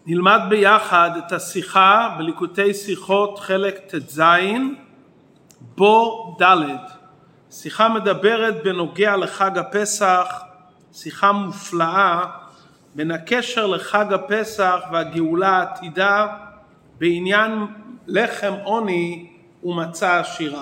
נלמד ביחד את השיחה בליקוטי שיחות חלק ט"ז בו ד'. שיחה מדברת בנוגע לחג הפסח, שיחה מופלאה בין הקשר לחג הפסח והגאולה העתידה בעניין לחם עוני ומצה עשירה.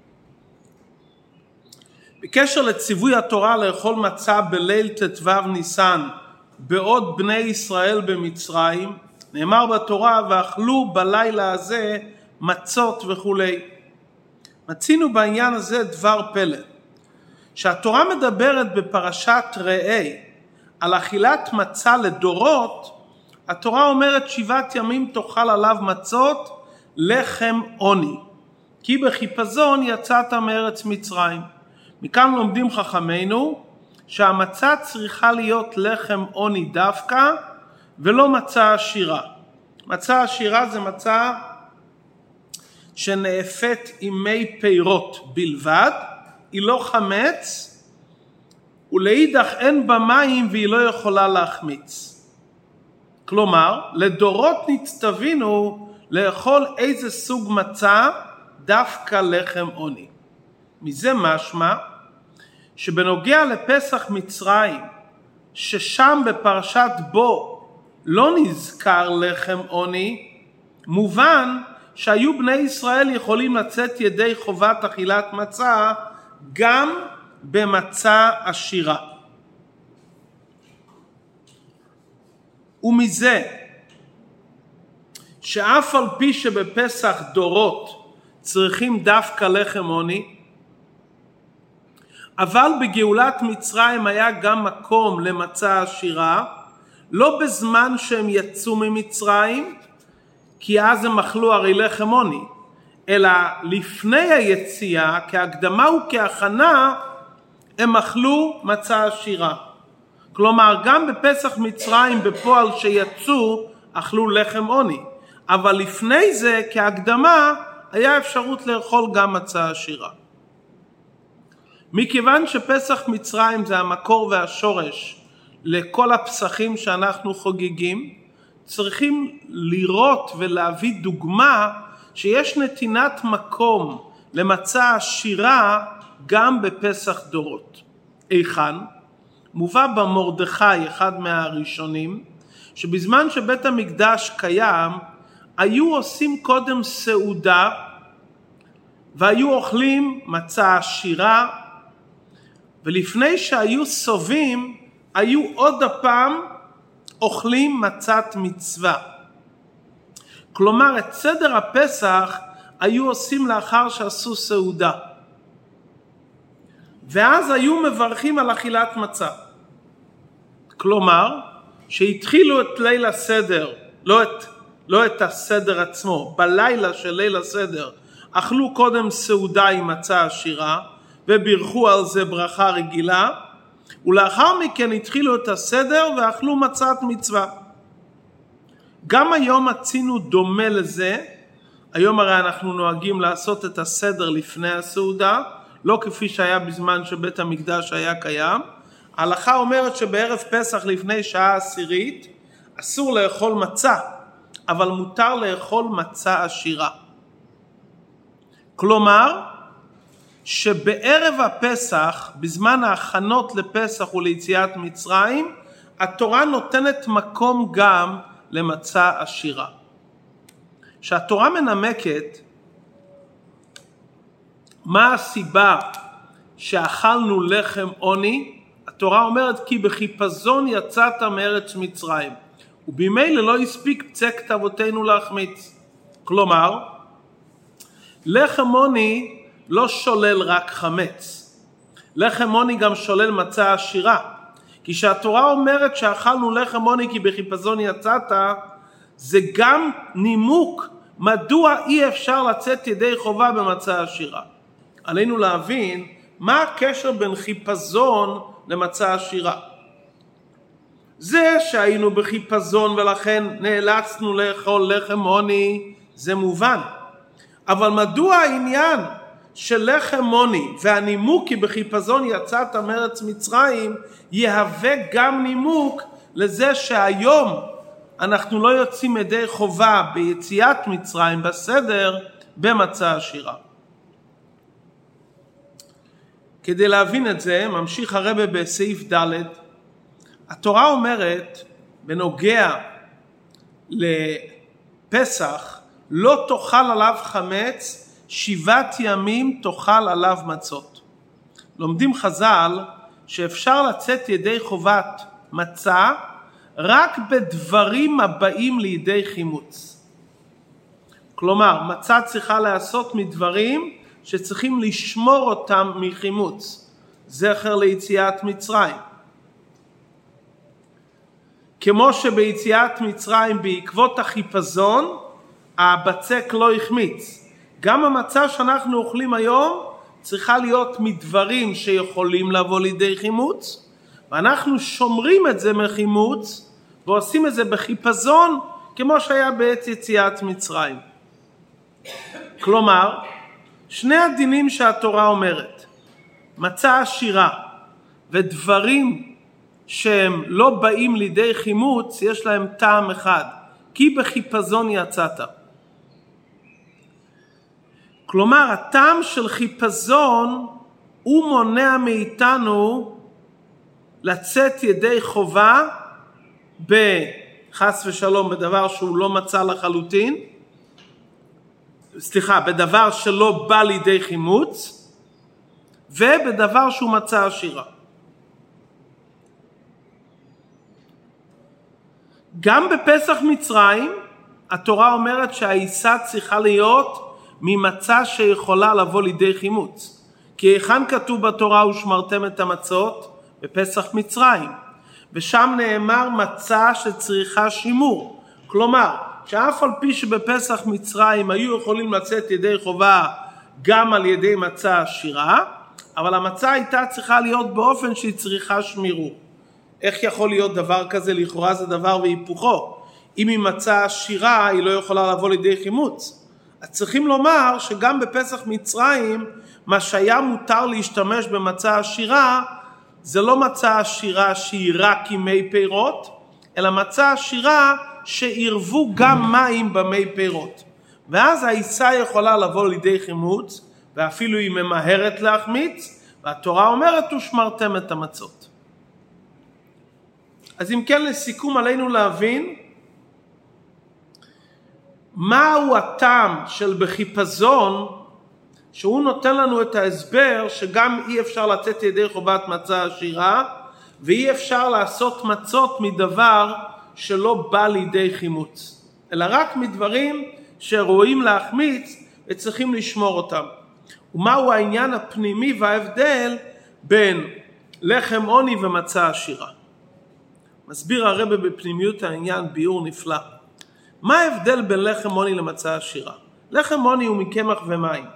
בקשר לציווי התורה לאכול מצה בליל ט"ו ניסן בעוד בני ישראל במצרים, נאמר בתורה ואכלו בלילה הזה מצות וכולי. מצינו בעניין הזה דבר פלא, שהתורה מדברת בפרשת ראה על אכילת מצה לדורות. התורה אומרת 7 ימים תאכל עליו מצות לחם עוני, כי בחיפזון יצאת מארץ מצרים. מכאן לומדים חכמינו שהמצה צריכה להיות לחם עוני דווקא ולא מצה עשירה. מצה עשירה זה מצה שנאפת עם מי פירות בלבד, היא לא חמץ, ולאידך אין בה מים והיא לא יכולה להחמיץ. כלומר, לדורות נצטווינו לאכול איזה סוג מצה, דווקא לחם עוני. מזה משמע שבנוגע לפסח מצרים, ששם בפרשת בו לא נזכר לחם עוני, מובן שהיו בני ישראל יכולים לצאת ידי חובת אכילת מצה גם במצה עשירה. ומזה שאף על פי שבפסח דורות צריכים דווקא לחם עוני, אבל בגאולת מצרים היה גם מקום למצה עשירה, לא בזמן שהם יצאו ממצרים, כי אז הם אכלו הרי לחם עוני, אלא לפני היציאה, כהקדמה וכהכנה, הם אכלו מצה עשירה. כלומר, גם בפסח מצרים בפועל שיצאו, אכלו לחם עוני, אבל לפני זה, כהקדמה, היה אפשרות לאכול גם מצה עשירה. מכיוון שפסח מצרים זה המקור והשורש לכל הפסחים שאנחנו חוגגים, צריכים לראות ולהביא דוגמה שיש נתינת מקום למצה עשירה גם בפסח דורות. איכן? מובא במרדכי, אחד מהראשונים, שבזמן שבית המקדש קיים, היו עושים קודם סעודה, והיו אוכלים מצה עשירה, ולפני שהיו סובים, היו עוד הפעם אוכלים מצת מצווה. כלומר, את סדר הפסח היו עושים לאחר שעשו סעודה. ואז היו מברכים על אכילת מצה. כלומר, שהתחילו את ליל הסדר, לא את הסדר עצמו, בלילה של ליל הסדר, אכלו קודם סעודה עם מצה עשירה, ובירכו על זה ברכה רגילה, ולאחר מכן התחילו את הסדר ואכלו מצת מצווה. גם היום מצינו דומה לזה. היום הרי אנחנו נוהגים לעשות את הסדר לפני הסעודה, לא כפי שהיה בזמן שבית המקדש היה קיים. ההלכה אומרת שבערב פסח לפני שעה 10 אסור לאכול מצה, אבל מותר לאכול מצה עשירה. כלומר, שבערב הפסח, בזמן ההכנות לפסח וליציאת מצרים, התורה נותנת מקום גם למצה עשירה. שהתורה מנמקת מה הסיבה שאכלנו לחם עוני, התורה אומרת כי בחיפזון יצאת מארץ מצרים, ובמילא לא הספיק פצע כתבותינו להחמיץ. כלומר, לחם עוני לא שולל רק חמץ. לחם עוני גם שולל מצה עשירה. כי שהתורה אומרת שאכלנו לחם עוני כי בחיפזון יצאת, זה גם נימוק מדוע אי אפשר לצאת ידי חובה במצה עשירה. עלינו להבין מה הקשר בין חיפזון למצה עשירה. זה שהיינו בחיפזון ולכן נאלצנו לאכול לחם עוני, זה מובן. אבל מדוע העניין של לחם עוני והנימוק כי בחיפזון יצאת מארץ מצרים יהווה גם נימוק לזה שהיום אנחנו לא יוצאים ידי חובה ביציאת מצרים בסדר במצה עשירה. כדי להבין את זה, ממשיך הרב בסעיף ד', התורה אומרת בנוגע לפסח, לא תאכל עליו חמץ, 7 ימים תאכל עליו מצות. לומדים חז"ל שאפשר לצאת ידי חובת מצה רק בדברים הבאים לידי חימוץ. כלומר, מצה צריכה לעשות מדברים שצריכים לשמור אותם מחימוץ, זכר ליציאת מצרים. כמו שביציאת מצרים בעקבות החיפזון, הבצק לא החמיץ. גם המצה שאנחנו אוכלים היום צריכה להיות מדברים שיכולים לבוא לידי חימוץ, ואנחנו שומרים את זה מחימוץ, ועושים את זה בחיפזון, כמו שהיה בעת יציאת מצרים. כלומר, שני הדינים שהתורה אומרת, מצה עשירה ודברים שהם לא באים לידי חימוץ, יש להם טעם אחד, כי בחיפזון יצאת. כלומר, הטעם של חיפזון הוא מונע מאיתנו לצאת ידי חובה בחס ושלום בדבר שהוא לא מצא לחלוטין, בדבר שלא בא לידי חימוץ, ובדבר שהוא מצא עשירה. גם בפסח מצרים התורה אומרת שהעיסה צריכה להיות ממצה שיכולה לבוא לידי חימוץ. כי היכן כתוב בתורה ושמרתם את המצות? בפסח מצרים. ושם נאמר מצה שצריכה שימור. כלומר, שאף על פי שבפסח מצרים היו יכולים לצאת ידי חובה גם על ידי מצה עשירה, אבל המצה הייתה צריכה להיות באופן שהיא צריכה שמירו. איך יכול להיות דבר כזה? לכאורה זה דבר והיפוכו. אם היא מצה עשירה היא לא יכולה לבוא לידי חימוץ. אז צריכים לומר שגם בפסח מצרים מה שהיה מותר להשתמש במצה עשירה, זה לא מצה עשירה שהיא רק עם מי פירות, אלא מצה עשירה שעירבו גם מים במי פירות. ואז העיסה יכולה לבוא לידי חימוץ, ואפילו היא ממהרת להחמיץ, והתורה אומרת ושמרתם את המצות. אז אם כן, לסיכום עלינו להבין מהו הטעם של בחיפזון, שהוא נותן לנו את ההסבר שגם אי אפשר לצאת ידי חובת מצה עשירה, ואי אפשר לעשות מצות מדבר שלא בא לידי חימוץ, אלא רק מדברים שרואים להחמיץ וצריכים לשמור אותם. ומהו העניין הפנימי וההבדל בין לחם עוני ומצה עשירה? מסביר הרב בפנימיות העניין ביאור נפלא. מה ההבדל בין לחם עוני למצה עשירה? לחם עוני הוא מקמח ומים.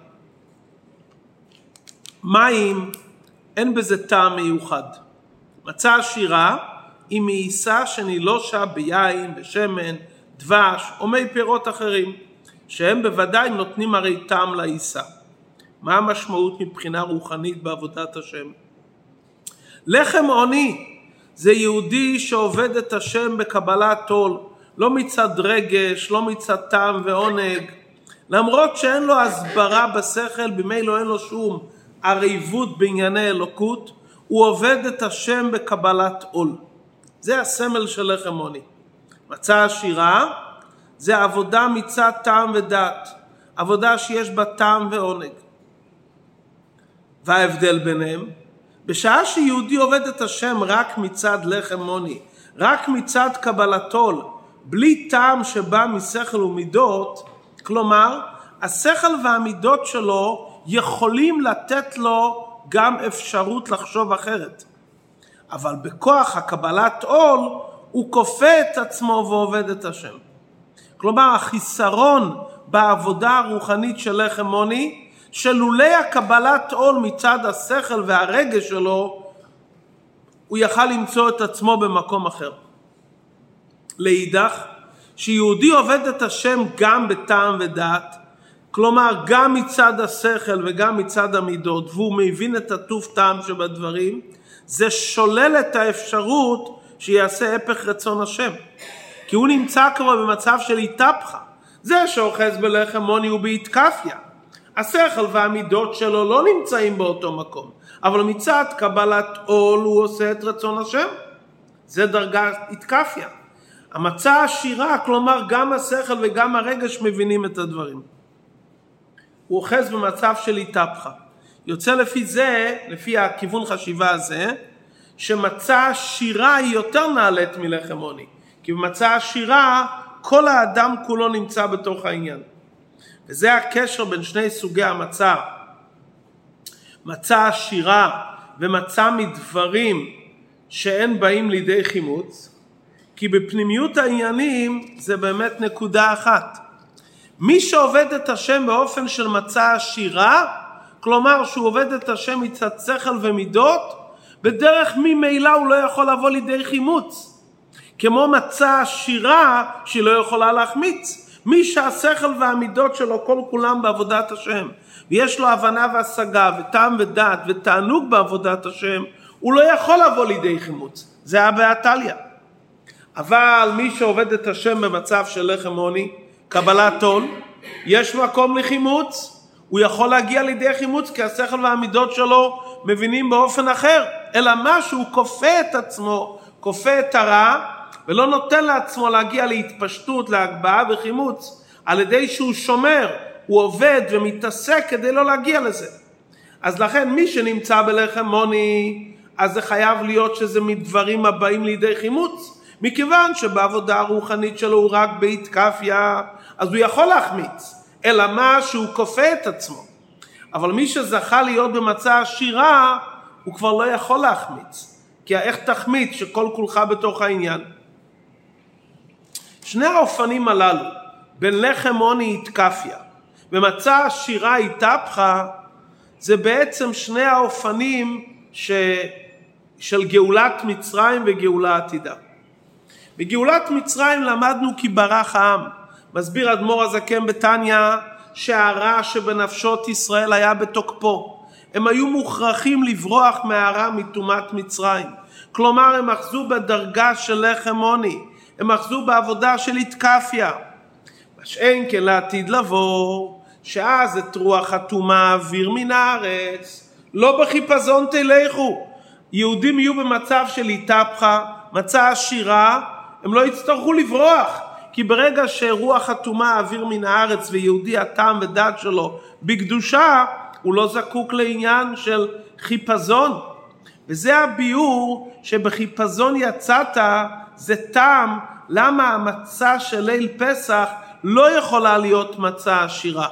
מים אין בזה טעם מיוחד. מצה עשירה היא מעיסה שנילושה ביין, בשמן, דבש או מי פירות אחרים, שהם בוודאי נותנים הרי טעם לעיסה. מה המשמעות מבחינה רוחנית בעבודת השם? לחם עוני זה יהודי שעובד את השם בקבלת עול, לא מצד רגש, לא מצד טעם ועונג, למרות שאין לו הסברה בשכל, במילא אין לו שום עריבות בענייני אלוקות, הוא עובד את השם בקבלת עול. זה הסמל של לחם עוני. מצה עשירה זה עבודה מצד טעם ודעת, עבודה שיש בה טעם ועונג. וההבדל ביניהם, בשעה שיהודי עובד את השם רק מצד לחם עוני, רק מצד קבלת עול, בלי טעם שבא משכל ומידות, כלומר, השכל והמידות שלו יכולים לתת לו גם אפשרות לחשוב אחרת. אבל בכוח הקבלת עול הוא כופה את עצמו ועובד את השם. כלומר, החיסרון בעבודה הרוחנית של לחם עוני, שלולי הקבלת עול מצד השכל והרגש שלו, הוא יכל למצוא את עצמו במקום אחר. לאידך, שיהודי עובד את השם גם בטעם ודעת, כלומר גם מצד השכל וגם מצד המידות, והוא מבין את הטוב טעם שבדברים, זה שולל את האפשרות שיעשה הפך רצון השם. כי הוא נמצא כבר במצב של התהפכה. זה שאוחז בלחם עוני הוא בהתקפיה. השכל והמידות שלו לא נמצאים באותו מקום, אבל מצד קבלת עול הוא עושה את רצון השם. זה דרגת התקפיה. המצה עשירה, כלומר גם השכל וגם הרגש מבינים את הדברים. הוא אוחז במצב של התהפכה. יוצא לפי זה, לפי הכיוון חשיבה הזה, שמצה עשירה היא יותר נעלית מלחם עוני. כי במצה עשירה כל האדם כולו נמצא בתוך העניין. וזה הקשר בין שני סוגי המצה. מצה עשירה ומצה מדברים שאין באים לידי חימוץ. כי בפנימיות העניינים זה באמת נקודה אחת. מי שעובד את השם באופן של מצה עשירה, כלומר שהוא עובד את השם מצד שכל ומידות, בדרך ממילא הוא לא יכול לבוא לידי חימוץ. כמו מצה עשירה שהיא לא יכולה להחמיץ. מי שהשכל והמידות שלו כל כולם בעבודת השם, ויש לו הבנה והשגה וטעם ודעת ותענוג בעבודת השם, הוא לא יכול לבוא לידי חימוץ. זה הבעתליה. אבל מי שעובד את השם במצב של לחם עוני, קבלת עול, יש מקום לחימוץ, הוא יכול להגיע לידי חימוץ כי השכל והמידות שלו מבינים באופן אחר, אלא מה שהוא כופה את עצמו, כופה את הרע, ולא נותן לעצמו להגיע להתפשטות, להגבהה וחימוץ, על ידי שהוא שומר, הוא עובד ומתעסק כדי לא להגיע לזה. אז לכן מי שנמצא בלחם עוני, אז זה חייב להיות שזה מדברים הבאים לידי חימוץ, מכיוון שבעבודה הרוחנית שלו הוא רק בהתקפיה, אז הוא יכול להחמיץ, אלא מה שהוא כופה את עצמו. אבל מי שזכה להיות במצה עשירה, הוא כבר לא יכול להחמיץ. כי איך תחמיץ שכל כולך בתוך העניין? שני האופנים הללו, בין לחם עוני התקפיה, ומצה עשירה התהפכה, זה בעצם שני האופנים של גאולת מצרים וגאולה עתידה. בגאולת מצרים למדנו כי ברח העם. מסביר אדמו"ר הזקן בתניא שהרע שבנפשות ישראל היה בתוקפו. הם היו מוכרחים לברוח מהרע מטומאת מצרים. כלומר הם אחזו בדרגה של לחם עוני. הם אחזו בעבודה של התקפיה. משען כן לעתיד לבוא, שאז את רוח הטומאה אוויר מן הארץ. לא בחיפזון תלכו. יהודים יהיו במצב של התהפכה, מצה עשירה, הם לא יצטרכו לברוח. כי ברגע שרוח הטומאה אוויר מן הארץ ויהודי הטעם ודעת שלו בקדושה, הוא לא זקוק לעניין של חיפזון. וזה הביאור שבחיפזון יצאת, זה טעם למה המצה של ליל פסח לא יכולה להיות מצה עשירה.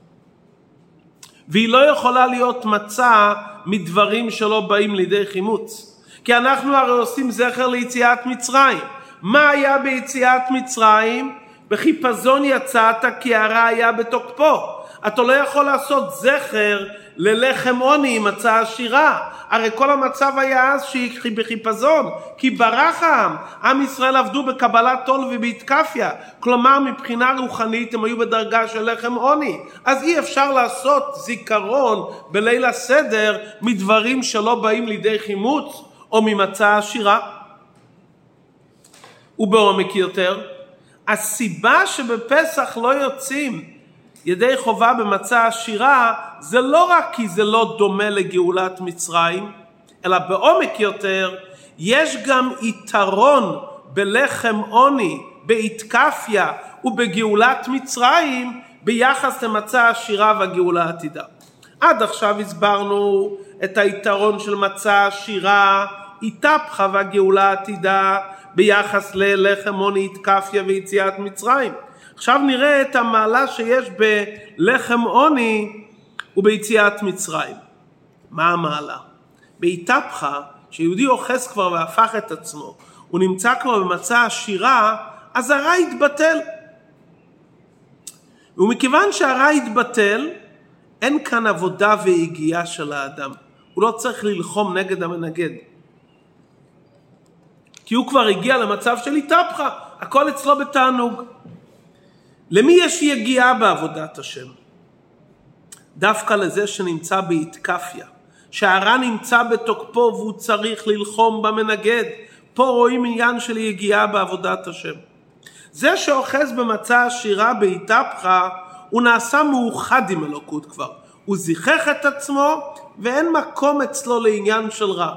והיא לא יכולה להיות מצה מדברים שלא באים לידי חימוץ. כי אנחנו הרי עושים זכר ליציאת מצרים. מה היה ביציאת מצרים? בחיפזון יצאת כי הרע היה בתוקפו. אתה לא יכול לעשות זכר ללחם עוני עם מצה עשירה. הרי כל המצב היה אז שהיא בחיפזון, כי ברח העם. עם ישראל עבדו בקבלת עול ובהתקפיה. כלומר מבחינה רוחנית הם היו בדרגה של לחם עוני. אז אי אפשר לעשות זיכרון בליל הסדר מדברים שלא באים לידי חימוץ או ממצה עשירה. ובעומק יותר, הסיבה שבפסח לא יוצאים ידי חובה במצה עשירה, זה לא רק כי זה לא דומה לגאולת מצרים, אלא בעומק יותר, יש גם יתרון בלחם עוני, בהתקפיה ובגאולת מצרים, ביחס למצה עשירה והגאולה עתידה. עד עכשיו הסברנו את היתרון של מצה עשירה, התהפכה והגאולה עתידה, ביחס ללחם עוני, התקפיה ויציאת מצרים. עכשיו נראה את המעלה שיש בלחם עוני וביציאת מצרים. מה המעלה? בהתהפכה, שיהודי אוחז כבר והפך את עצמו, הוא נמצא כבר במצה עשירה, אז הרע יתבטל. ומכיוון שהרע יתבטל, אין כאן עבודה והגיעה של האדם. הוא לא צריך ללחום נגד המנגד. כי הוא כבר הגיע למצב של התהפכה, הכל אצלו בתענוג. למי יש יגיעה בעבודת השם? דווקא לזה שנמצא בהתקפיה, שהרע נמצא בתוקפו והוא צריך ללחום במנגד. פה רואים עניין של יגיעה בעבודת השם. זה שאוחז במצע השירה בהתהפכה, הוא נעשה מאוחד עם אלוקות כבר. הוא זיכך את עצמו ואין מקום אצלו לעניין של רע.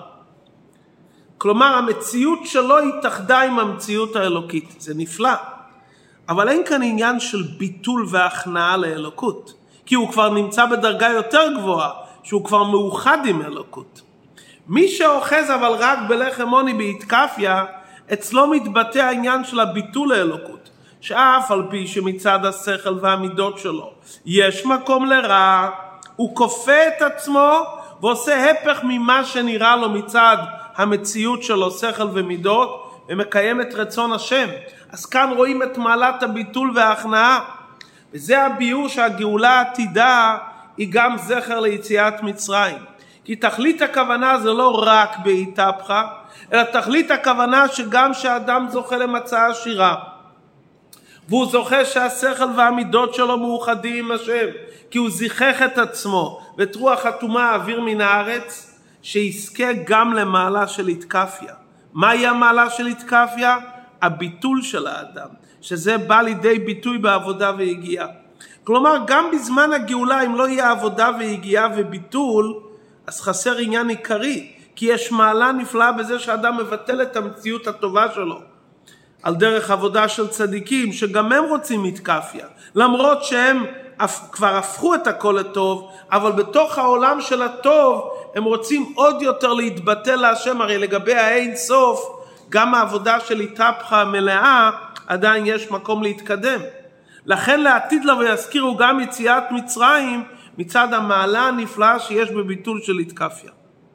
כלומר, המציאות שלו התאחדה עם המציאות האלוקית. זה נפלא. אבל אין כאן עניין של ביטול והכנעה לאלוקות. כי הוא כבר נמצא בדרגה יותר גבוהה, שהוא כבר מאוחד עם אלוקות. מי שאוחז אבל רק בלחם עוני בהתקפיה, אצלו מתבטא העניין של הביטול לאלוקות. שאף על פי שמצד השכל והמידות שלו יש מקום לרע, הוא כופה את עצמו ועושה הפך ממה שנראה לו מצד המציאות שלו, שכל ומידות, ומקיים את רצון השם. אז כאן רואים את מעלת הביטול וההכנעה. וזה הביאור שהגאולה העתידה היא גם זכר ליציאת מצרים. כי תכלית הכוונה זה לא רק בהתהפכה, אלא תכלית הכוונה שגם שהאדם זוכה למצע השירה, והוא זוכה שהשכל והמידות שלו מאוחדים עם השם, כי הוא זיכך את עצמו ואת רוח הטומאה האוויר מן הארץ, שיזכה גם למעלה של התקפיה. מהי המעלה של התקפיה? הביטול של האדם, שזה בא לידי ביטוי בעבודה והגיעה. כלומר, גם בזמן הגאולה, אם לא יהיה עבודה והגיעה וביטול, אז חסר עניין עיקרי, כי יש מעלה נפלאה בזה שאדם מבטל את המציאות הטובה שלו. על דרך עבודה של צדיקים, שגם הם רוצים התקפיה, למרות שהם כבר הפכו את הכל לטוב, אבל בתוך העולם של הטוב, הם רוצים עוד יותר להתבטל להשם. הרי לגבי האין סוף, גם העבודה של התהפכה המלאה, עדיין יש מקום להתקדם. לכן לעתיד לה ויזכירו גם יציאת מצרים, מצד המעלה הנפלאה שיש בביטול של התקפיה.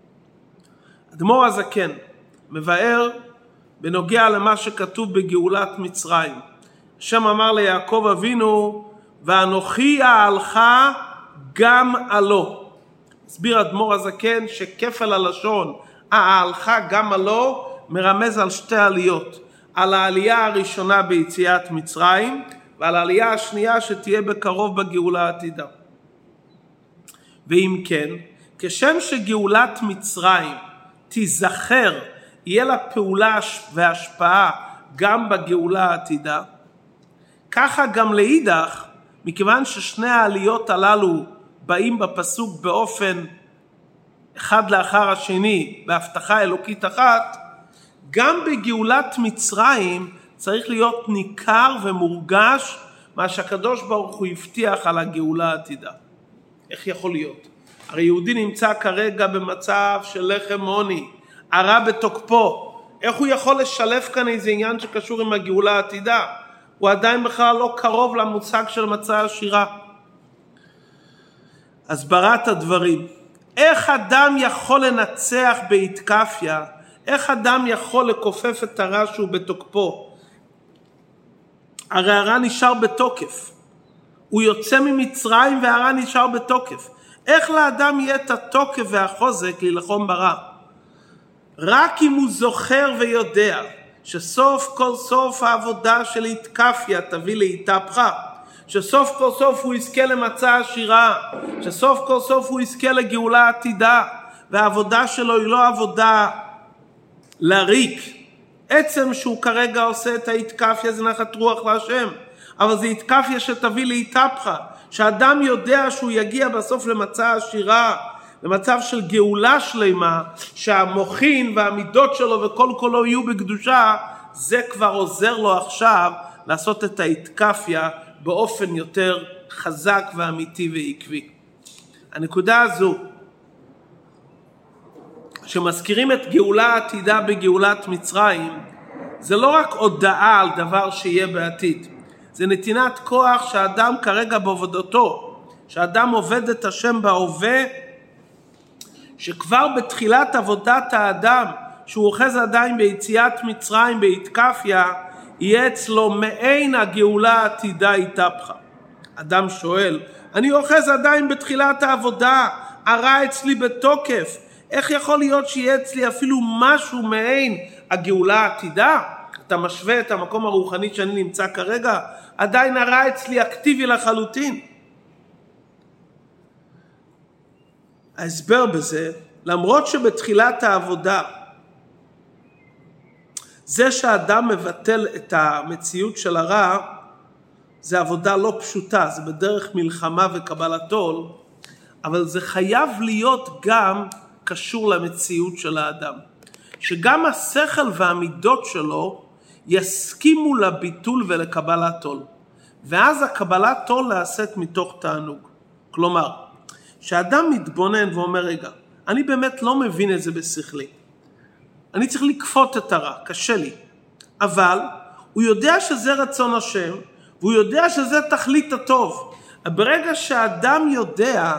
אדמו"ר הזקן מבאר בנוגע למה שכתוב בגאולת מצרים. השם אמר ליעקב אבינו, ואנוכי אעלך גם עלו. הסביר אדמו"ר הזקן שכפל הלשון אעלך גם עלו מרמז על שתי עליות. על העלייה הראשונה ביציאת מצרים, ועל העלייה השנייה שתהיה בקרוב בגאולה העתידה. ואם כן, כשם שגאולת מצרים תיזכר, יהיה לה פעולה והשפעה גם בגאולה העתידה, ככה גם לאידך, מכיוון ששני העליות הללו באים בפסוק באופן אחד לאחר השני, בהבטחה אלוקית אחת, גם בגאולת מצרים צריך להיות ניכר ומורגש מה שהקדוש ברוך הוא הבטיח על הגאולה העתידה. איך יכול להיות? הרי יהודי נמצא כרגע במצב של לחם עוני, הרע בתוקפו. איך הוא יכול לשלב כאן איזה עניין שקשור עם הגאולה העתידה? הוא עדיין בכלל לא קרוב למושג של מצע השירה. הסברת הדברים. איך אדם יכול לנצח בהתקפיה? איך אדם יכול לכופף את הרע שהוא בתוקפו? הרי הרע נשאר בתוקף. הוא יוצא ממצרים והרע נשאר בתוקף. איך לאדם יהיה את התוקף והחוזק ללחום ברע? רק אם הוא זוכר ויודע שסוף כל סוף העבודה של התקפיה תביא להתהפכה, שסוף כל סוף הוא יזכה למצע השירה, שסוף כל סוף הוא יזכה לגאולה עתידה, והעבודה שלו היא לא עבודה לריק. עצם שהוא כרגע עושה את ההתקפיה זה נחת רוח להשם, אבל זה התקפיה שתביא להתהפכה, שאדם יודע שהוא יגיע בסוף למצע השירה, למצב של גאולה שלמה, שהמוחין והמידות שלו וכל כולו יהיו בקדושה. זה כבר עוזר לו עכשיו לעשות את ההתקפיה באופן יותר חזק ואמיתי ועקבי. הנקודה הזו שמזכירים את גאולה עתידה בגאולת מצרים, זה לא רק הודעה על דבר שיהיה בעתיד, זה נתינת כוח שהאדם כרגע בעבודתו, שהאדם עובד את השם בהווה, שכבר בתחילת עבודת האדם, שהוא אוחז עדיין ביציאת מצרים בהתקפיה, יהיה אצלו מעין הגאולה העתידה התהפכה. אדם שואל, אני אוחז עדיין בתחילת העבודה, הרע אצלי בתוקף, איך יכול להיות שיהיה אצלי אפילו משהו מעין הגאולה העתידה? אתה משווה את המקום הרוחני שאני נמצא כרגע, עדיין הרע אצלי אקטיבי לחלוטין. ההסבר בזה, למרות שבתחילת העבודה זה שהאדם מבטל את המציאות של הרע, זה עבודה לא פשוטה, זה בדרך מלחמה וקבלת עול, אבל זה חייב להיות גם קשור למציאות של האדם. שגם השכל והמידות שלו יסכימו לביטול ולקבלת עול. ואז הקבלת עול נעשית מתוך תענוג. כלומר, שהאדם מתבונן ואומר, רגע, אני באמת לא מבין את זה בשכלי. אני צריך לקפות את הרע, קשה לי. אבל הוא יודע שזה רצון השם, והוא יודע שזה תכלית הטוב. ברגע שהאדם יודע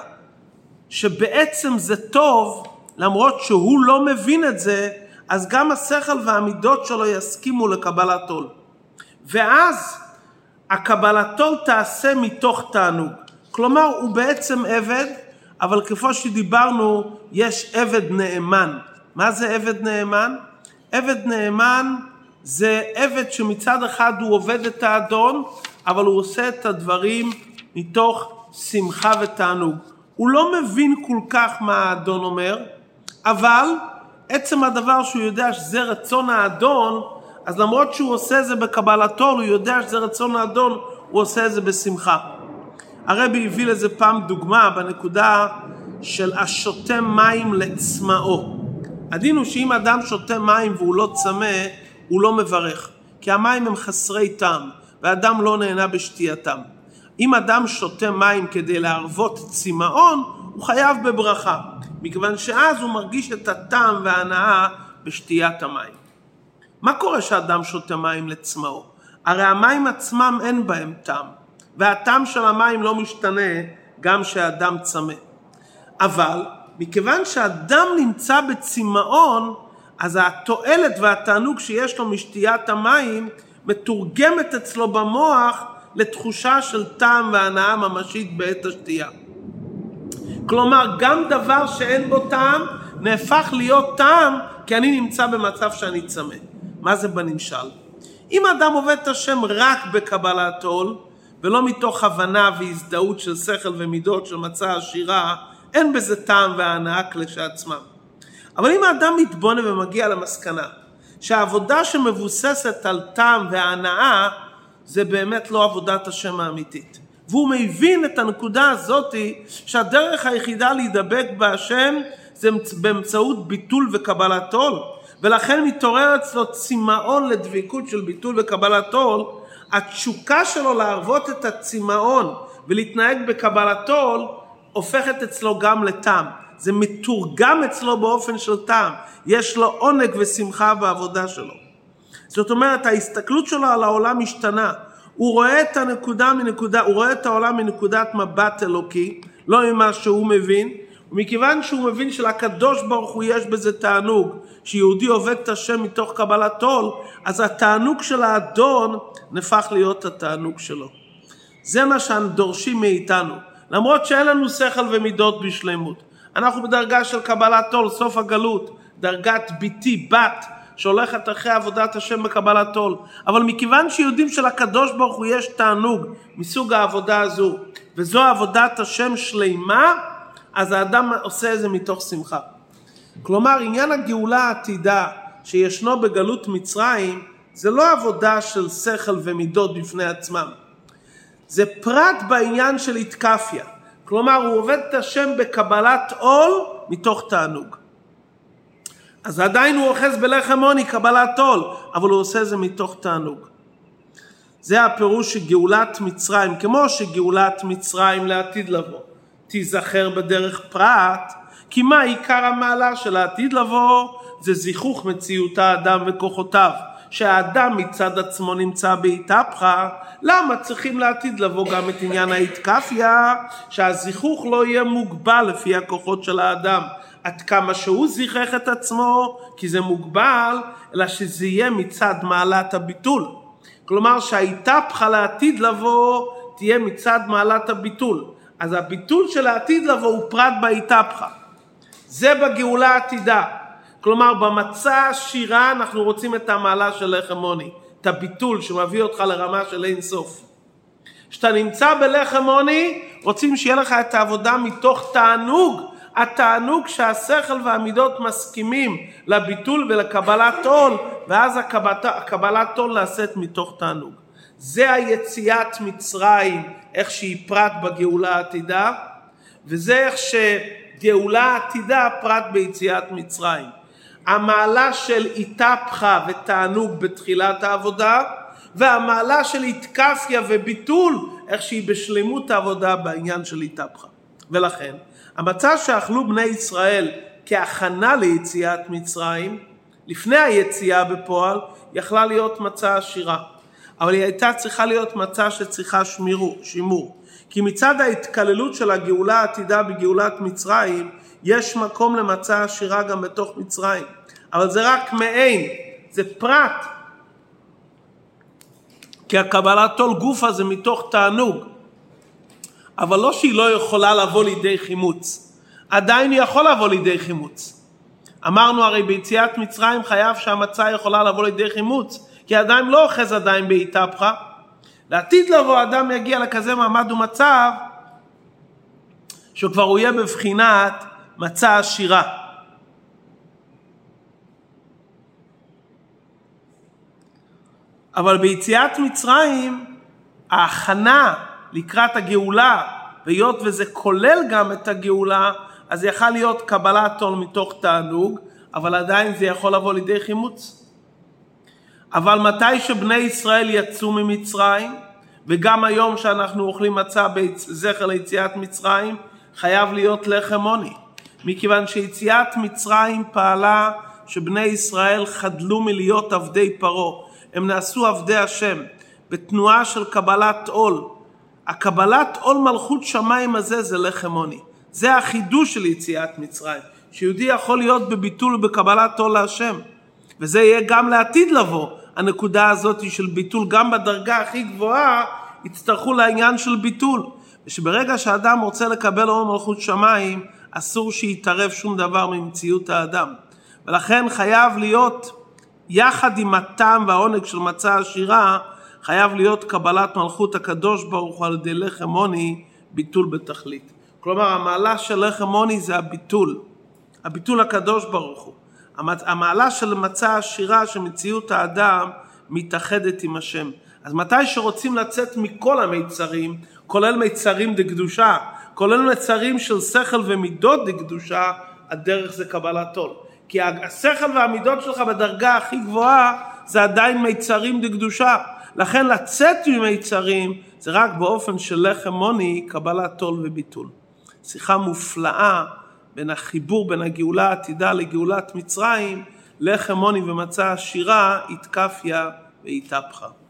שבעצם זה טוב, למרות שהוא לא מבין את זה, אז גם השכל והמידות שלו יסכימו לקבלת עול. ואז הקבלת עול תעשה מתוך תענוג. כלומר, הוא בעצם עבד, אבל כפי שדיברנו, יש עבד נאמן. מה זה עבד נאמן? עבד נאמן זה עבד שמצד אחד הוא עובד את האדון, אבל הוא עושה את הדברים מתוך שמחה ותענוג. הוא לא מבין כל כך מה האדון אומר, אבל עצם הדבר שהוא יודע שזה רצון האדון, אז למרות שהוא עושה את זה בקבלתו, הוא יודע שזה רצון האדון, הוא עושה את זה בשמחה. הרבי הביא לזה פעם דוגמה בנקודה של השותה מים לצמאו. הדין הוא שאם אדם שותה מים והוא לא צמא, הוא לא מברך, כי המים הם חסרי טעם, והאדם לא נהנה בשתייתם. אם אדם שותה מים כדי להרוות צמאון, הוא חייב בברכה, מכיוון שאז הוא מרגיש את הטעם וההנאה בשתיית המים. מה קורה שאדם שותה מים לצמאו? הרי המים עצמם אין בהם טעם, והטעם של המים לא משתנה גם שהאדם צמא. אבל מכיוון שאדם נמצא בצמאון, אז התועלת והתענוג שיש לו משתיית המים מתורגמת אצלו במוח לתחושה של טעם והנאה ממשית בעת השתייה. כלומר, גם דבר שאין בו טעם נהפך להיות טעם, כי אני נמצא במצב שאני צמא. מה זה בנמשל? אם אדם עובד את השם רק בקבלת עול, ולא מתוך הבנה והזדהות של שכל ומידות של מצע עשירה, אין בזה טעם והנאה כשלעצמם. אבל אם האדם מתבונן ומגיע למסקנה שהעבודה שמבוססת על טעם והנאה זה באמת לא עבודת השם האמיתית, והוא מבין את הנקודה הזאת שהדרך היחידה להידבק בהשם זה באמצעות ביטול וקבלת עול, ולכן מתעורר אצלו צמאון לדביקות של ביטול וקבלת עול. התשוקה שלו להרוות את הצמאון ולהתנהג בקבלת עול הופכת אצלו גם לטעם. זה מתורגם אצלו באופן של טעם. יש לו עונג ושמחה בעבודה שלו. זאת אומרת, ההסתכלות שלו על העולם משתנה. הוא רואה את הוא רואה את העולם מנקודת מבט אלוקי, לא ממה שהוא מבין, ומכיוון שהוא מבין שלקדוש ברוך הוא יש בזה תענוג, שיהודי עובד את השם מתוך קבלת עול, אז התענוג של האדון נפח להיות התענוג שלו. זה מה שדורשים מאיתנו. למרות שאין לנו שכל ומידות בשלמות. אנחנו בדרגה של קבלת עול, סוף הגלות, דרגת ביתי, בת, שהולכת אחרי עבודת השם בקבלת עול. אבל מכיוון שיודעים שלקדוש ברוך הוא יש תענוג מסוג העבודה הזו, וזו עבודת השם שלמה, אז האדם עושה את זה מתוך שמחה. כלומר, עניין הגאולה העתידה שישנו בגלות מצרים, זה לא עבודה של שכל ומידות בפני עצמם. זה פרט בעניין של התקפיה. כלומר, הוא עובד את השם בקבלת עול מתוך תענוג. אז עדיין הוא אוחז בלחם עוני, קבלת עול, אבל הוא עושה זה מתוך תענוג. זה הפירוש שגאולת מצרים, כמו שגאולת מצרים לעתיד לבוא, תיזכר בדרך פרט, כי מה עיקר המעלה של העתיד לבוא? זה זיכוך מציאות האדם וכוחותיו, שהאדם מצד עצמו נמצא בהתהפכה. למה צריכים לעתיד לבוא גם את עניין ההתקפיה? שהזיכוך לא יהיה מוגבל לפי הכוחות של האדם, עד כמה שהוא זיכך את עצמו, כי זה מוגבל, אלא שזה יהיה מצד מעלת הביטול. כלומר שההתהפכה לעתיד לבוא תהיה מצד מעלת הביטול. אז הביטול של העתיד לבוא הוא פרט בהתהפכה. זה בגאולה העתידה. כלומר, במצע השירה אנחנו רוצים את המעלה של לחם עוני, את הביטול שמביא אותך לרמה של אין סוף. כשאתה נמצא בלחם עוני, רוצים שיהיה לך את העבודה מתוך תענוג התענוג שהשכל והמידות מסכימים לביטול ולקבלת עול, ואז הקבלת עול נעשית מתוך תענוג. זה היציאת מצרים, איך שהיא פרט בגאולה העתידה, וזה איך שגאולה העתידה פרט ביציאת מצרים. המעלה של התהפכה ותענוג בתחילת העבודה, והמעלה של התקפיה וביטול, איך שהיא בשלמות העבודה בעניין של התהפכה. ולכן, המצה שאכלו בני ישראל כהכנה ליציאת מצרים, לפני היציאה בפועל, יכלה להיות מצה עשירה. אבל היא הייתה צריכה להיות מצה שצריכה שימור. כי מצד ההתקללות של הגאולה העתידה בגאולת מצרים, יש מקום למצה עשירה גם בתוך מצרים. אבל זה רק מעין, זה פרט. כי הקבלת עול גופה זה מתוך תענוג. אבל לא שהיא לא יכולה לבוא לידי חימוץ. עדיין היא יכול לבוא לידי חימוץ. אמרנו הרי ביציאת מצרים חייב שהמצה יכולה לבוא לידי חימוץ. כי האדם לא אוחז עדיין בהתהפכה. לעתיד לבוא האדם יגיע לכזה מעמד ומצב שכבר הוא יהיה בבחינת מצה עשירה. אבל ביציאת מצרים ההכנה לקראת הגאולה, והיות וזה כולל גם את הגאולה, אז יכל להיות קבלת עול מתוך תענוג, אבל עדיין זה יכול לבוא לידי חימוץ. אבל מתי שבני ישראל יצאו ממצרים, וגם היום שאנחנו אוכלים מצה בזכר ליציאת מצרים, חייב להיות לחם עוני. מכיוון שיציאת מצרים פעלה שבני ישראל חדלו מלהיות עבדי פרעה. הם נעשו עבדי השם, בתנועה של קבלת עול. הקבלת עול מלכות שמיים הזה זה לחם עוני. זה החידוש של יציאת מצרים. שיהודי יכול להיות בביטול ובקבלת עול להשם. וזה יהיה גם לעתיד לבוא. הנקודה הזאת של ביטול, גם בדרגה הכי גבוהה, יצטרכו לעניין של ביטול. ושברגע שהאדם רוצה לקבל עול מלכות שמיים, אסור שיתערב שום דבר ממציאות האדם. ולכן חייב להיות, יחד עם הטעם והעונג של מצה עשירה, חייב להיות קבלת מלכות הקדוש ברוך הוא על ידי לחם עוני, ביטול בתכלית. כלומר, המעלה של לחם עוני זה הביטול. הביטול הקדוש ברוך הוא. המעלה של מצה עשירה שמציאות האדם מתאחדת עם השם. אז מתי שרוצים לצאת מכל המיצרים, כולל מיצרים דקדושה, כולל מיצרים של שכל ומידות דקדושה, הדרך זה קבלת עול. כי השכל והמידות שלך בדרגה הכי גבוהה זה עדיין מיצרים דקדושה. לכן לצאת ממיצרים זה רק באופן של לחם עוני, קבלת עול וביטול. שיחה מופלאה בין החיבור בין הגאולה העתידה לגאולת מצרים, לחם עוני ומצה עשירה, התקפיה והתהפכה.